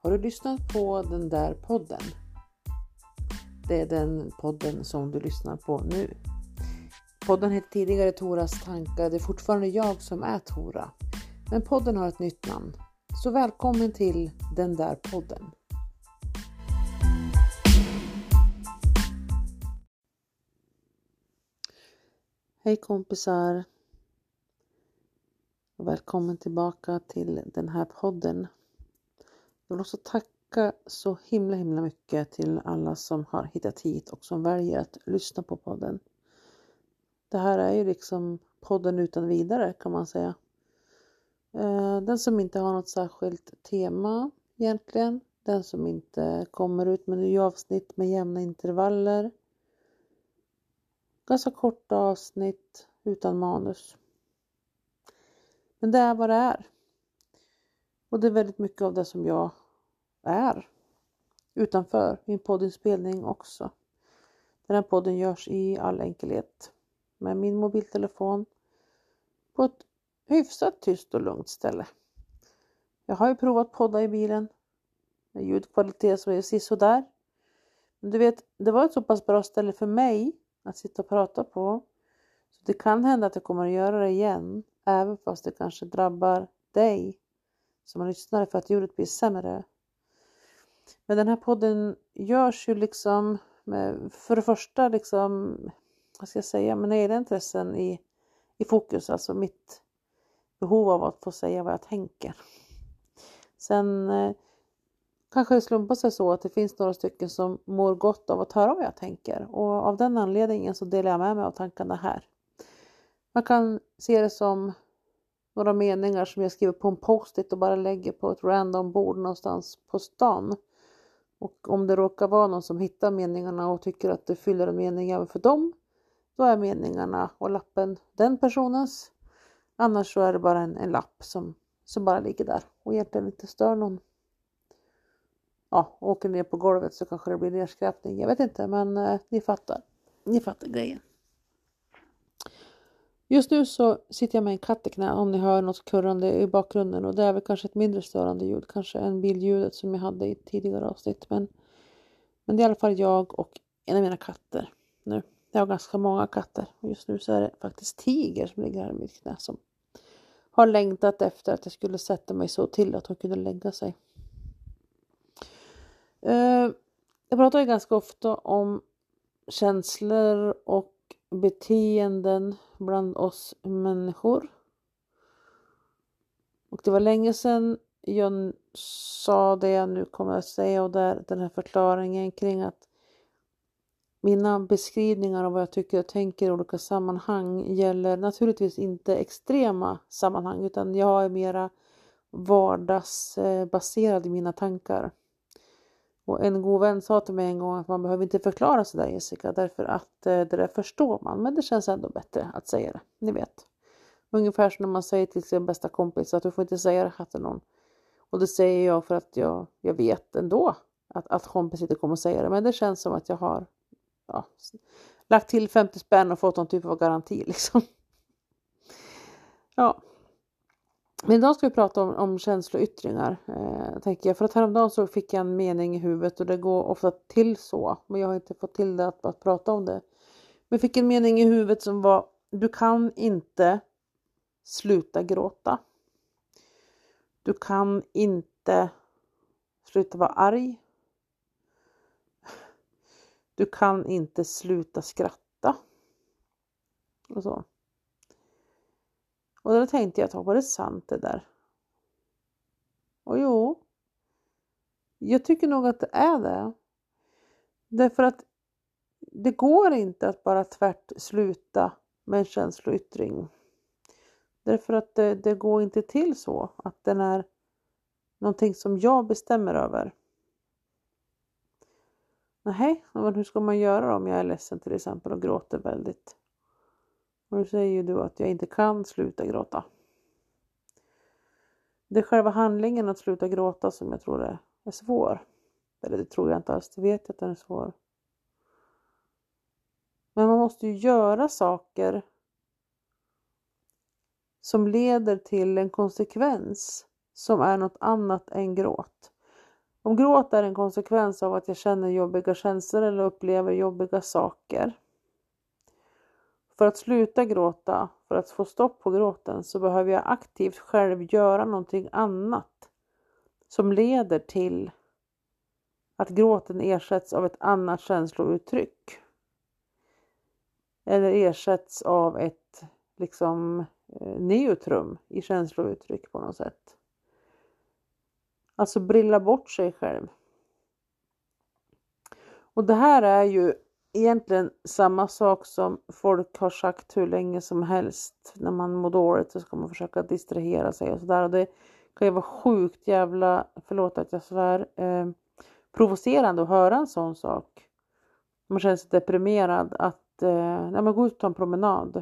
Har du lyssnat på den där podden? Det är den podden som du lyssnar på nu. Podden hette tidigare Toras tankar. Det är fortfarande jag som är Tora. Men podden har ett nytt namn. Så välkommen till den där podden. Hej kompisar. Och välkommen tillbaka till den här podden. Jag vill också tacka så himla mycket till alla som har hittat hit och som väljer att lyssna på podden. Det här är ju liksom podden utan vidare kan man säga. Den som inte har något särskilt tema egentligen. Den som inte kommer ut med nya avsnitt med jämna intervaller. Ganska korta avsnitt utan manus. Men det är vad det är. Och det är väldigt mycket av det som jag är utanför min poddinspelning också. Den här podden görs i all enkelhet med min mobiltelefon på ett hyfsat tyst och lugnt ställe. Jag har ju provat podda i bilen med ljudkvalitet som är sisådär. Men du vet, det var ett så pass bra ställe för mig att sitta och prata på. Så det kan hända att jag kommer att göra det igen, även fast det kanske drabbar dig som lyssnar för att ljudet blir sämre. Men den här podden görs ju liksom med, för det första liksom, vad ska jag säga, mina egna intressen i fokus. Alltså mitt behov av att få säga vad jag tänker. Sen kanske det slumpar sig så att det finns några stycken som mår gott av att höra vad jag tänker. Och av den anledningen så delar jag med mig av tankarna här. Man kan se det som några meningar som jag skriver på en post-it och bara lägger på ett random bord någonstans på stan. Och om det råkar vara någon som hittar meningarna och tycker att det fyller en mening även för dem, då är meningarna och lappen den personens. Annars så är det bara en lapp som bara ligger där och egentligen inte stör någon. Ja, åker ner på golvet så kanske det blir nedskräpning. Jag vet inte, men ni fattar. Ni fattar grejen. Just nu så sitter jag med en katt i knä om ni hör något kurrande i bakgrunden. Och det är väl kanske ett mindre störande ljud. Kanske än bildljudet som jag hade i tidigare avsnitt. Men det är i alla fall jag och en av mina katter nu. Jag har ganska många katter. Och just nu så är det faktiskt Tiger som ligger här i mitt knä. Som har längtat efter att jag skulle sätta mig så till att hon kunde lägga sig. Jag pratar ju ganska ofta om känslor och beteenden bland oss människor. Och det var länge sedan jag sa det jag nu kommer att säga, och där den här förklaringen kring att mina beskrivningar av vad jag tycker och tänker i olika sammanhang gäller naturligtvis inte extrema sammanhang, utan jag är mera vardagsbaserad i mina tankar. Och en god vän sa till mig en gång att man behöver inte förklara sig där, Jessica, därför att det där förstår man. Men det känns ändå bättre att säga det, ni vet. Ungefär som när man säger till sin bästa kompis att du får inte säga det här till någon. Och det säger jag för att jag vet ändå att kompis inte kommer att säga det. Men det känns som att jag har lagt till 50 spänn och fått någon typ av garanti liksom. Ja. Men idag ska vi prata om känsloyttringar, tänker jag. För att häromdagen så fick jag en mening i huvudet och det går ofta till så. Men jag har inte fått till det att prata om det. Men jag fick en mening i huvudet som var: du kan inte sluta gråta. Du kan inte sluta vara arg. Du kan inte sluta skratta. Och så. Och då tänkte jag, var det sant det där? Och jo, jag tycker nog att det är det. Därför att det går inte att bara tvärt sluta med en känsloyttring. Därför att det går inte till så att den är någonting som jag bestämmer över. Nej, men hur ska man göra om jag är ledsen till exempel och gråter väldigt? Och då säger ju du att jag inte kan sluta gråta. Det är själva handlingen att sluta gråta som jag tror är svår. Eller det tror jag inte alls, det vet jag att den är svår. Men man måste ju göra saker som leder till en konsekvens som är något annat än gråt. Om gråt är en konsekvens av att jag känner jobbiga känslor eller upplever jobbiga saker. För att sluta gråta, för att få stopp på gråten, så behöver jag aktivt själv göra någonting annat som leder till att gråten ersätts av ett annat känslouttryck. Eller ersätts av ett neutrum i känslouttryck på något sätt. Alltså brilla bort sig själv. Och det här är ju egentligen samma sak som folk har sagt hur länge som helst. När man mår dåligt så ska man försöka distrahera sig och sådär. Och det kan ju vara sjukt jävla, förlåt att jag svär, provocerande att höra en sån sak. Man känner sig deprimerad att gå ut och ta en promenad.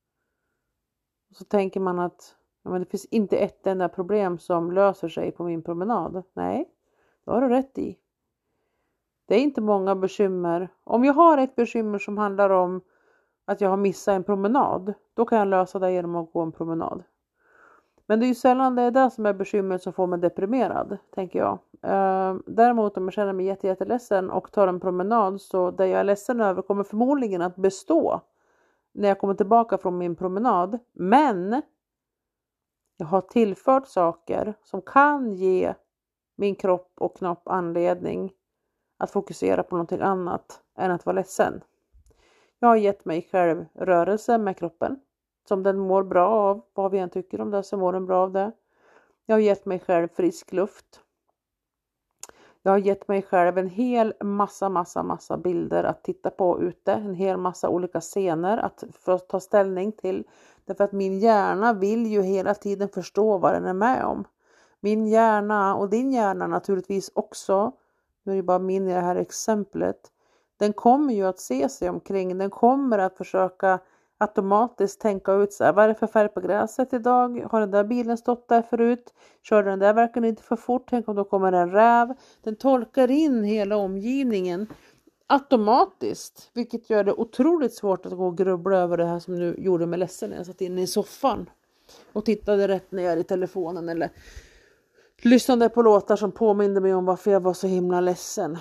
Så tänker man att det finns inte ett enda problem som löser sig på min promenad. Nej, det har du rätt i. Det är inte många bekymmer. Om jag har ett bekymmer som handlar om att jag har missat en promenad, då kan jag lösa det genom att gå en promenad. Men det är ju sällan det är det som är bekymret som får mig deprimerad, tänker jag. Däremot om jag känner mig jätteledsen och tar en promenad, så det jag är ledsen över kommer förmodligen att bestå när jag kommer tillbaka från min promenad. Men jag har tillfört saker som kan ge min kropp och knopp anledning att fokusera på någonting annat än att vara ledsen. Jag har gett mig själv rörelse med kroppen som den mår bra av. Vad vi än tycker om det så mår den bra av det. Jag har gett mig själv frisk luft. Jag har gett mig själv en hel massa bilder att titta på ute. En hel massa olika scener att få ta ställning till. Därför att min hjärna vill ju hela tiden förstå vad den är med om. Min hjärna och din hjärna naturligtvis också. Nu är det bara min i det här exemplet. Den kommer ju att se sig omkring. Den kommer att försöka automatiskt tänka ut så här, vad är det för färg på gräset idag? Har den där bilen stått där förut? Kör den där verkligen inte för fort? Tänk om då kommer en räv. Den tolkar in hela omgivningen automatiskt. Vilket gör det otroligt svårt att gå och grubbla över det här som nu gjorde mig ledsen när jag satt inne i soffan. Och tittade rätt ner i telefonen eller lyssnade på låtar som påminde mig om varför jag var så himla ledsen.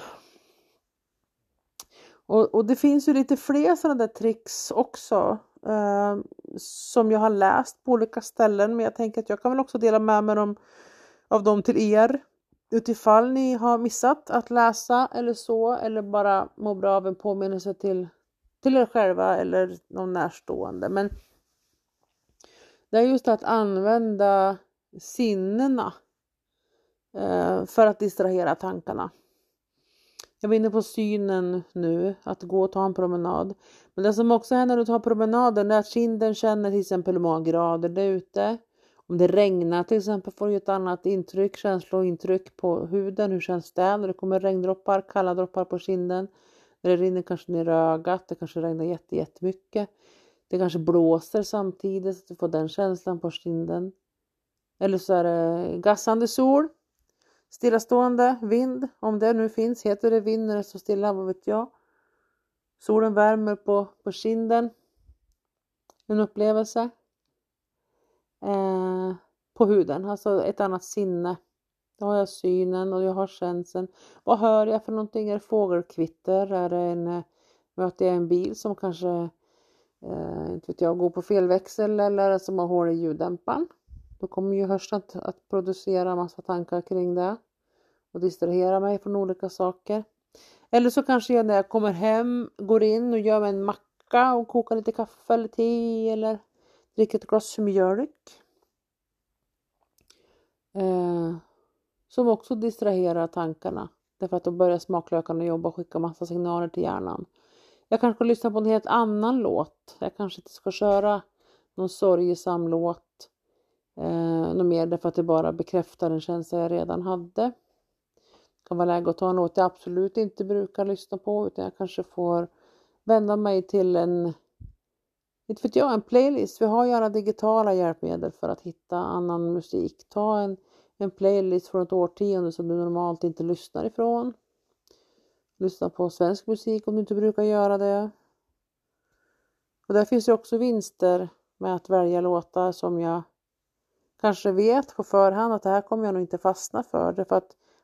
Och det finns ju lite fler sådana där tricks också. Som jag har läst på olika ställen. Men jag tänker att jag kan väl också dela med mig av dem till er. Utifall ni har missat att läsa eller så. Eller bara må bra av en påminnelse till er själva eller någon närstående. Men det är just att använda sinnena för att distrahera tankarna. Jag var inne på synen nu, att gå och ta en promenad. Men det som också händer när du tar promenaden är att kinden känner till exempel hur många grader det är ute. Om det regnar till exempel får du ett annat intryck, känslointryck på huden. Hur känns det när det kommer regndroppar, kalla droppar på kinden. När det rinner kanske ner i ögat, det kanske regnar jättemycket. Det kanske blåser samtidigt så att du får den känslan på kinden. Eller så är det gassande sol. Stillastående vind, om det nu finns, heter det vind när det är så stilla, vad vet jag. Solen värmer på kinden. En upplevelse. På huden, alltså ett annat sinne. Då har jag synen och jag har känslan. Vad hör jag för någonting? Är det fågelkvitter? Är det möter jag en bil som kanske inte vet jag, går på felväxel eller som har hål i ljuddämparen? Då kommer ju hörseln att producera massa tankar kring det. Och distrahera mig från olika saker. Eller så kanske jag när jag kommer hem går in och gör mig en macka och kokar lite kaffe eller te. Eller dricker ett glas mjölk. Som också distraherar tankarna. Därför att då börjar smaklökarna jobba och skicka massa signaler till hjärnan. Jag kanske lyssnar på en helt annan låt. Jag kanske inte ska köra någon sorgesam låt. Något mer därför att det bara bekräftar en känsla jag redan hade. Det kan vara läge att ta en låt jag absolut inte brukar lyssna på. Utan jag kanske får vända mig till en playlist. Vi har ju alla digitala hjälpmedel för att hitta annan musik. Ta en playlist från ett årtionde som du normalt inte lyssnar ifrån. Lyssna på svensk musik om du inte brukar göra det. Och där finns ju också vinster med att välja låtar som jag kanske vet på förhand att det här kommer jag nog inte fastna för. Därför att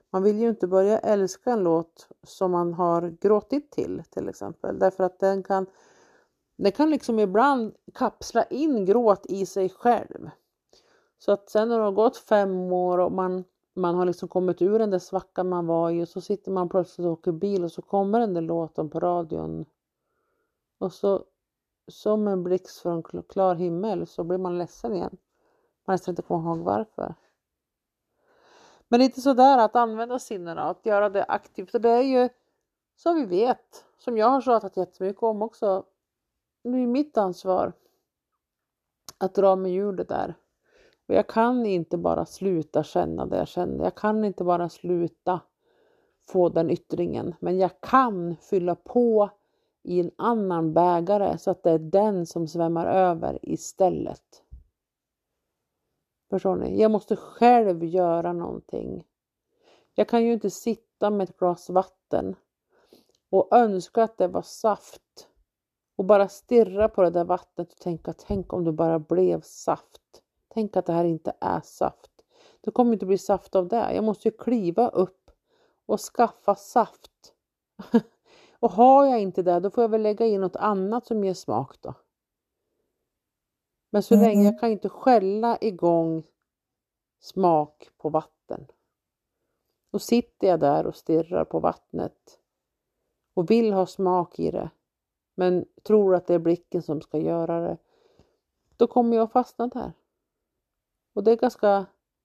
Man vill ju inte börja älska en låt som man har gråtit till exempel. Därför att den kan liksom ibland kapsla in gråt i sig själv. Så att sen när det har gått 5 år och man har liksom kommit ur den där svackan man var i, och så sitter man plötsligt och åker bil och så kommer den där låten på radion. Och så som en blixt från klar himmel så blir man ledsen igen. Man nästan inte kommer ihåg varför. Men det är inte sådär att använda sinnena, att göra det aktivt. Och det är ju, som vi vet, som jag har pratat jättemycket om också, nu är mitt ansvar att dra mig ur det där. Och jag kan inte bara sluta känna det jag känner. Jag kan inte bara sluta få den yttringen. Men jag kan fylla på i en annan bägare så att det är den som svämmar över istället. Förstår ni? Jag måste själv göra någonting. Jag kan ju inte sitta med ett glas vatten och önska att det var saft. Och bara stirra på det där vattnet och tänka, tänk om det bara blev saft. Tänk att det här inte är saft. Det kommer inte bli saft av det. Jag måste ju kliva upp och skaffa saft. Och har jag inte det, då får jag väl lägga in något annat som ger smak då. Men så länge jag kan inte skälla igång smak på vatten. Och sitter jag där och stirrar på vattnet och vill ha smak i det, men tror att det är blicken som ska göra det, då kommer jag fastna där. Och det är ganska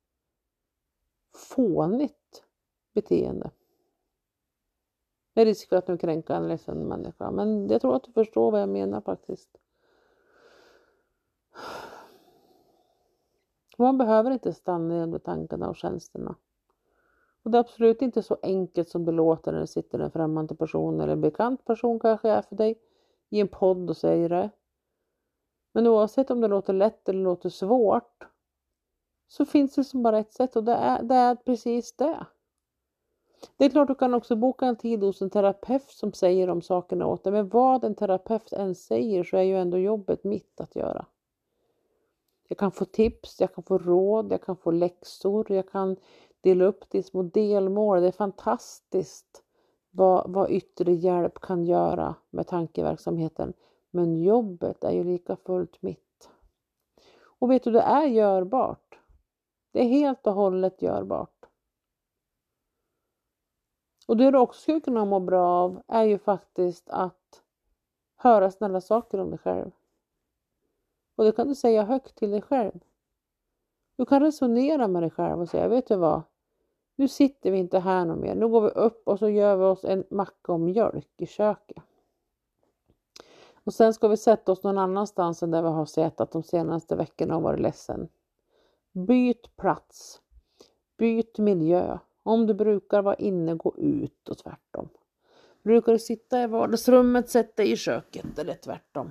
fånigt beteende. Det är risk för att nu kränka en ledsen människa, men jag tror att du förstår vad jag menar faktiskt. Man behöver inte stanna under tankarna och känslorna. Och det är absolut inte så enkelt som det låter när det sitter en främmande person eller en bekant person kanske är för dig i en podd och säger det. Men oavsett om det låter lätt eller låter svårt, så finns det som bara ett sätt, och det är precis det. Det är klart du kan också boka en tid hos en terapeut som säger de sakerna åt dig. Men vad en terapeut än säger så är ju ändå jobbet mitt att göra. Jag kan få tips, jag kan få råd, jag kan få läxor, jag kan dela upp det i små delmål. Det är fantastiskt vad yttre hjälp kan göra med tankeverksamheten. Men jobbet är ju lika fullt mitt. Och vet du, det är görbart. Det är helt och hållet görbart. Och det du också skulle kunna må bra av är ju faktiskt att höra snälla saker om dig själv. Och det kan du säga högt till dig själv. Du kan resonera med dig själv och säga, vet du vad? Nu sitter vi inte här någon mer. Nu går vi upp och så gör vi oss en macka och mjölk i köket. Och sen ska vi sätta oss någon annanstans än där vi har sett att de senaste veckorna har varit ledsen. Byt plats. Byt miljö. Om du brukar vara inne, gå ut och tvärtom. Brukar du sitta i vardagsrummet, sätt dig i köket eller tvärtom.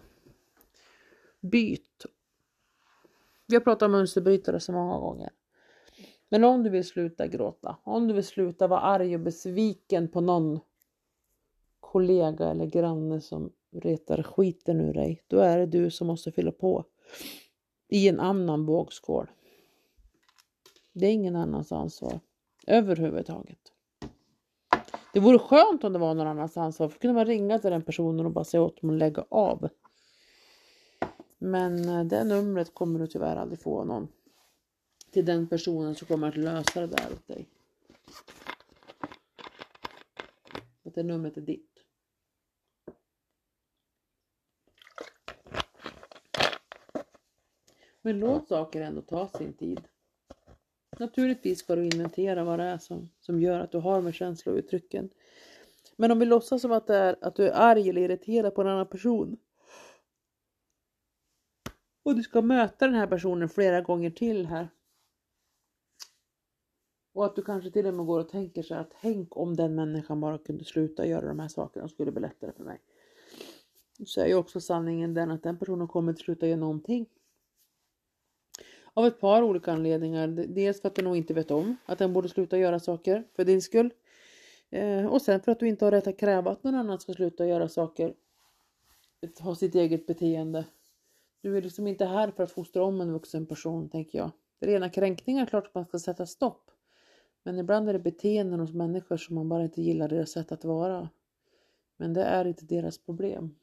Byt. Vi har pratat om mönsterbrytare så många gånger. Men om du vill sluta gråta, om du vill sluta vara arg och besviken på någon kollega eller granne som retar skiten ur dig, då är det du som måste fylla på i en annan vågskål. Det är ingen annans ansvar överhuvudtaget. Det vore skönt om det var någon annans ansvar, för kunde man ringa till den personen och bara säga åt dem att lägga av. Men det numret kommer du tyvärr aldrig få någon till den personen som kommer att lösa det där åt dig. Att det numret är ditt. Men låt saker ändå ta sin tid. Naturligtvis ska du inventera vad det är som gör att du har med känslouttrycken. Men om vi låtsas som att du är arg eller irriterad på en annan person. Och du ska möta den här personen flera gånger till här. Och att du kanske till och med går och tänker så här att tänk om den människan bara kunde sluta göra de här sakerna och skulle bli lättare för mig. Så är ju också sanningen den att den personen kommer att sluta göra någonting. Av ett par olika anledningar. Dels för att den nog inte vet om att den borde sluta göra saker för din skull. Och sen för att du inte har rätt att kräva att någon annan ska sluta göra saker. Ha sitt eget beteende. Du är liksom inte här för att fostra om en vuxen person, tänker jag. Det är rena kränkningar, klart att man ska sätta stopp. Men ibland är det beteenden hos människor som man bara inte gillar deras sätt att vara. Men det är inte deras problem.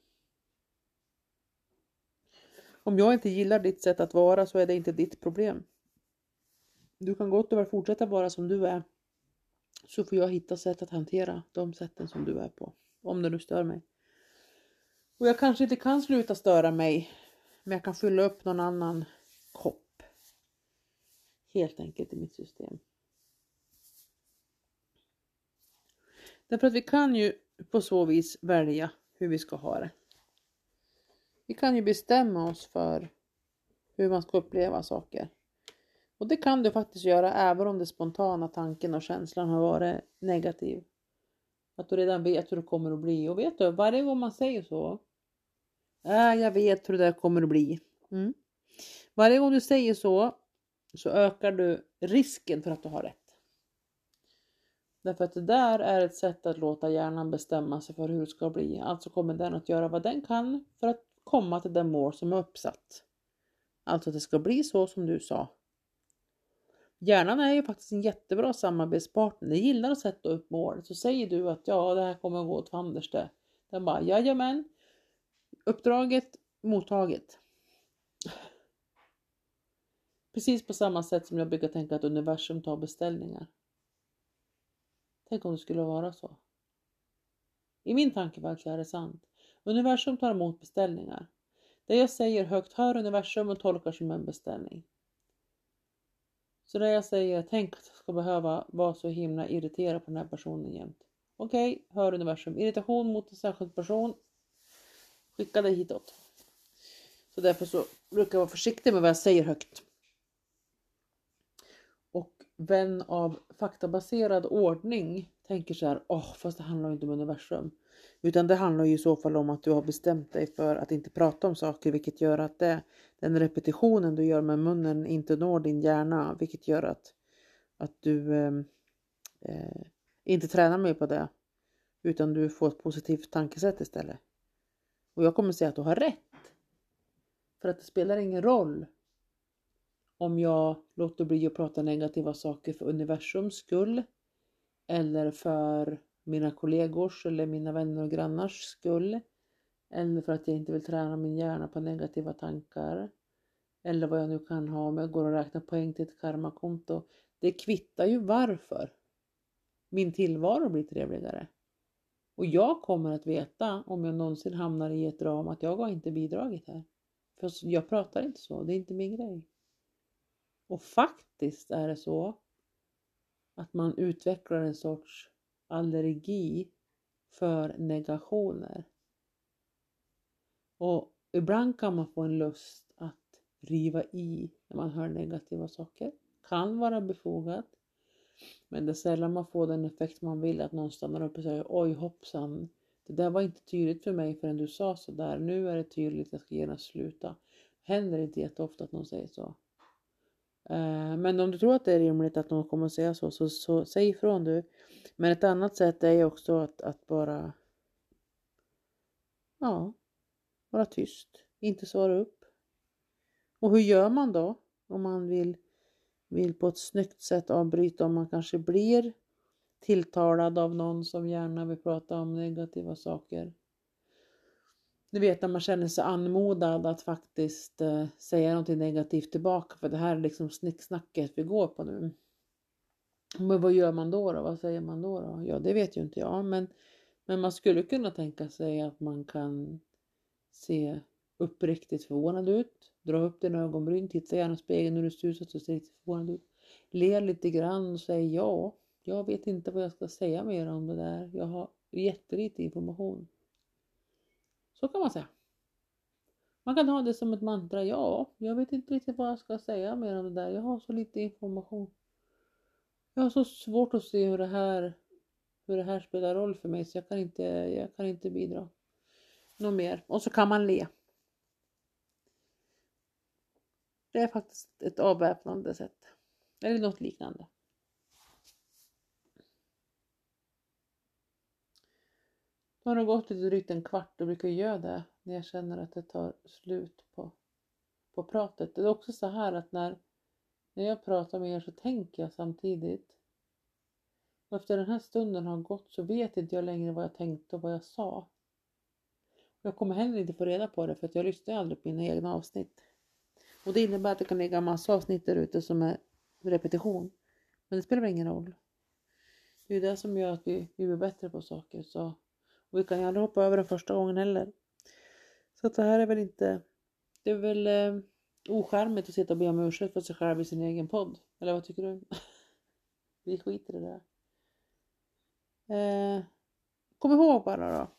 Om jag inte gillar ditt sätt att vara så är det inte ditt problem. Du kan gott och väl fortsätta vara som du är. Så får jag hitta sätt att hantera de sätten som du är på. Om det nu stör mig. Och jag kanske inte kan sluta störa mig. Men jag kan fylla upp någon annan kopp. Helt enkelt i mitt system. Därför att vi kan ju på så vis välja hur vi ska ha det. Vi kan ju bestämma oss för hur man ska uppleva saker. Och det kan du faktiskt göra även om det spontana tanken och känslan har varit negativ. Att du redan vet hur det kommer att bli. Och vet du, varje gång man säger så. Jag vet hur det där kommer att bli. Varje gång du säger så ökar du risken för att du har rätt. Därför att det där är ett sätt att låta hjärnan bestämma sig för hur det ska bli. Alltså kommer den att göra vad den kan för att komma till den mål som är uppsatt. Alltså att det ska bli så som du sa. Hjärnan är ju faktiskt en jättebra samarbetspartner. Den gillar att sätta upp mål. Så säger du att ja, det här kommer att gå åt fanders det. Den bara, jajamän. Uppdraget mottaget. Precis på samma sätt som jag brukar tänka att universum tar beställningar. Tänk om det skulle vara så. I min tankevärld så är det sant. Universum tar emot beställningar. Det jag säger högt hör universum och tolkar som en beställning. Så det jag säger, tänk att jag ska behöva vara så himla irriterad på den här personen jämt. Okej, hör universum. Irritation mot en särskild person. Skicka det hitåt. Så därför så brukar jag vara försiktig med vad jag säger högt. Och vän av faktabaserad ordning tänker så här, fast det handlar inte om universum. Utan det handlar ju i så fall om att du har bestämt dig för att inte prata om saker. Vilket gör att den repetitionen du gör med munnen inte når din hjärna. Vilket gör att du inte tränar mer på det. Utan du får ett positivt tankesätt istället. Och jag kommer säga att du har rätt. För att det spelar ingen roll om jag låter bli att prata negativa saker för universums skull. Eller för mina kollegors eller mina vänner och grannars skull. Eller för att jag inte vill träna min hjärna på negativa tankar. Eller vad jag nu kan ha om jag går och räknar poäng till ett karmakonto. Det kvittar ju varför min tillvaro blir trevligare. Och jag kommer att veta om jag någonsin hamnar i ett drama att jag har inte bidragit här. För jag pratar inte så, det är inte min grej. Och faktiskt är det så att man utvecklar en sorts allergi för negationer. Och ibland kan man få en lust att riva i när man hör negativa saker. Kan vara befogat. Men det är sällan man får den effekt man vill, att någon stannar upp och säger, oj hoppsan. Det där var inte tydligt för mig förrän du sa så där. Nu är det tydligt, jag ska genast sluta. Händer inte jätteofta att någon säger så. Men om du tror att det är rimligt att någon kommer att säga så säg ifrån du. Men ett annat sätt är ju också att bara vara tyst. Inte svara upp. Och hur gör man då? Om man vill på ett snyggt sätt avbryta, om man kanske blir tilltalad av någon som gärna vill prata om negativa saker. Du vet när man känner sig anmodad att faktiskt säga något negativt tillbaka. För det här är liksom snicksnacket vi går på nu. Men vad gör man då? Vad säger man då? Ja, det vet ju inte jag. Men man skulle kunna tänka sig att man kan se uppriktigt förvånad ut. Dra upp din ögonbryn. Titta gärna i spegeln när du ser ut så ser riktigt förvånad ut. Le lite grann och säg ja. Jag vet inte vad jag ska säga mer om det där. Jag har jättelite information. Så kan man säga. Man kan ha det som ett mantra. Ja, jag vet inte riktigt vad jag ska säga mer om det där. Jag har så lite information. Jag har så svårt att se hur det här spelar roll för mig. Så jag kan inte bidra något mer. Och så kan man le. Det är faktiskt ett avväpnande sätt. Eller något liknande. Nu har det gått lite drygt en kvart och brukar göra det när jag känner att det tar slut på pratet. Det är också så här att när jag pratar med er så tänker jag samtidigt Och efter den här stunden har gått så vet inte jag längre vad jag tänkte och vad jag sa. Jag kommer heller inte få reda på det för att jag lyssnar aldrig på mina egna avsnitt. Och det innebär att det kan ligga massa avsnitt där ute som är repetition. Men det spelar ingen roll. Det är det som gör att vi blir bättre på saker. Så, och vi kan ju aldrig hoppa över den första gången heller. Så att det här är väl inte... Det är väl ocharmigt att sitta och be om ursäkt för sig själv i sin egen podd. Eller vad tycker du? Vi skiter i det där. Kom ihåg bara då.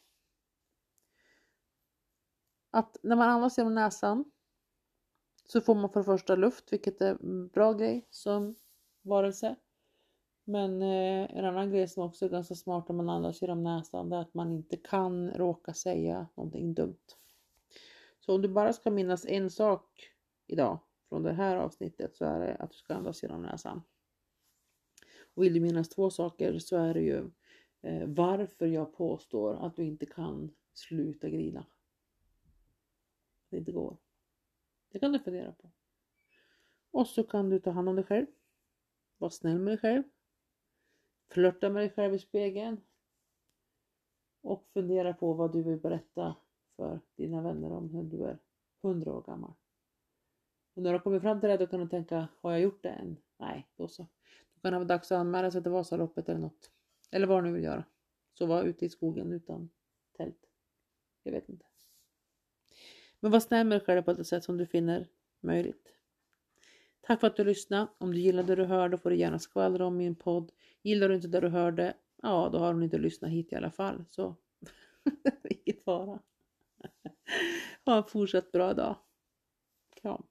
Att när man andas genom näsan så får man för det första luft, vilket är en bra grej som varelse. Men en annan grej som också är ganska smart när man andas genom näsan, det är att man inte kan råka säga någonting dumt. Så om du bara ska minnas en sak idag från det här avsnittet så är det att du ska andas genom näsan. Och vill du minnas 2 saker så är det ju varför jag påstår att du inte kan sluta grina. Det inte går. Det kan du fundera på. Och så kan du ta hand om dig själv. Var snäll med dig själv. Flörta med dig själv i spegeln. Och fundera på vad du vill berätta för dina vänner om när du är 100 år gammal. Och när du kommer fram till det då kan du tänka, har jag gjort det än? Nej, då så. Du kan ha dags att anmäla sig till Vasaloppet eller något. Eller vad du nu vill göra. Så var ute i skogen utan tält. Jag vet inte. Men var snäll med dig själv på det sätt som du finner möjligt. Tack för att du lyssnade. Om du gillade det du hörde får du gärna skvallra om min podd. Gillar du inte det du hörde, ja då har du inte lyssnat hit i alla fall. Så inget fara. Ha en fortsatt bra dag. Kram.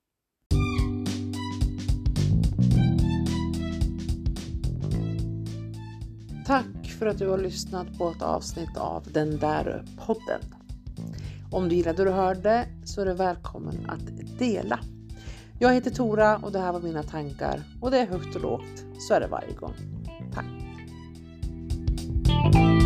Tack för att du har lyssnat på ett avsnitt av Den där podden. Om du gillade det du hörde så är du välkommen att dela. Jag heter Tora och det här var mina tankar. Och det är högt och lågt. Så är det varje gång. Tack.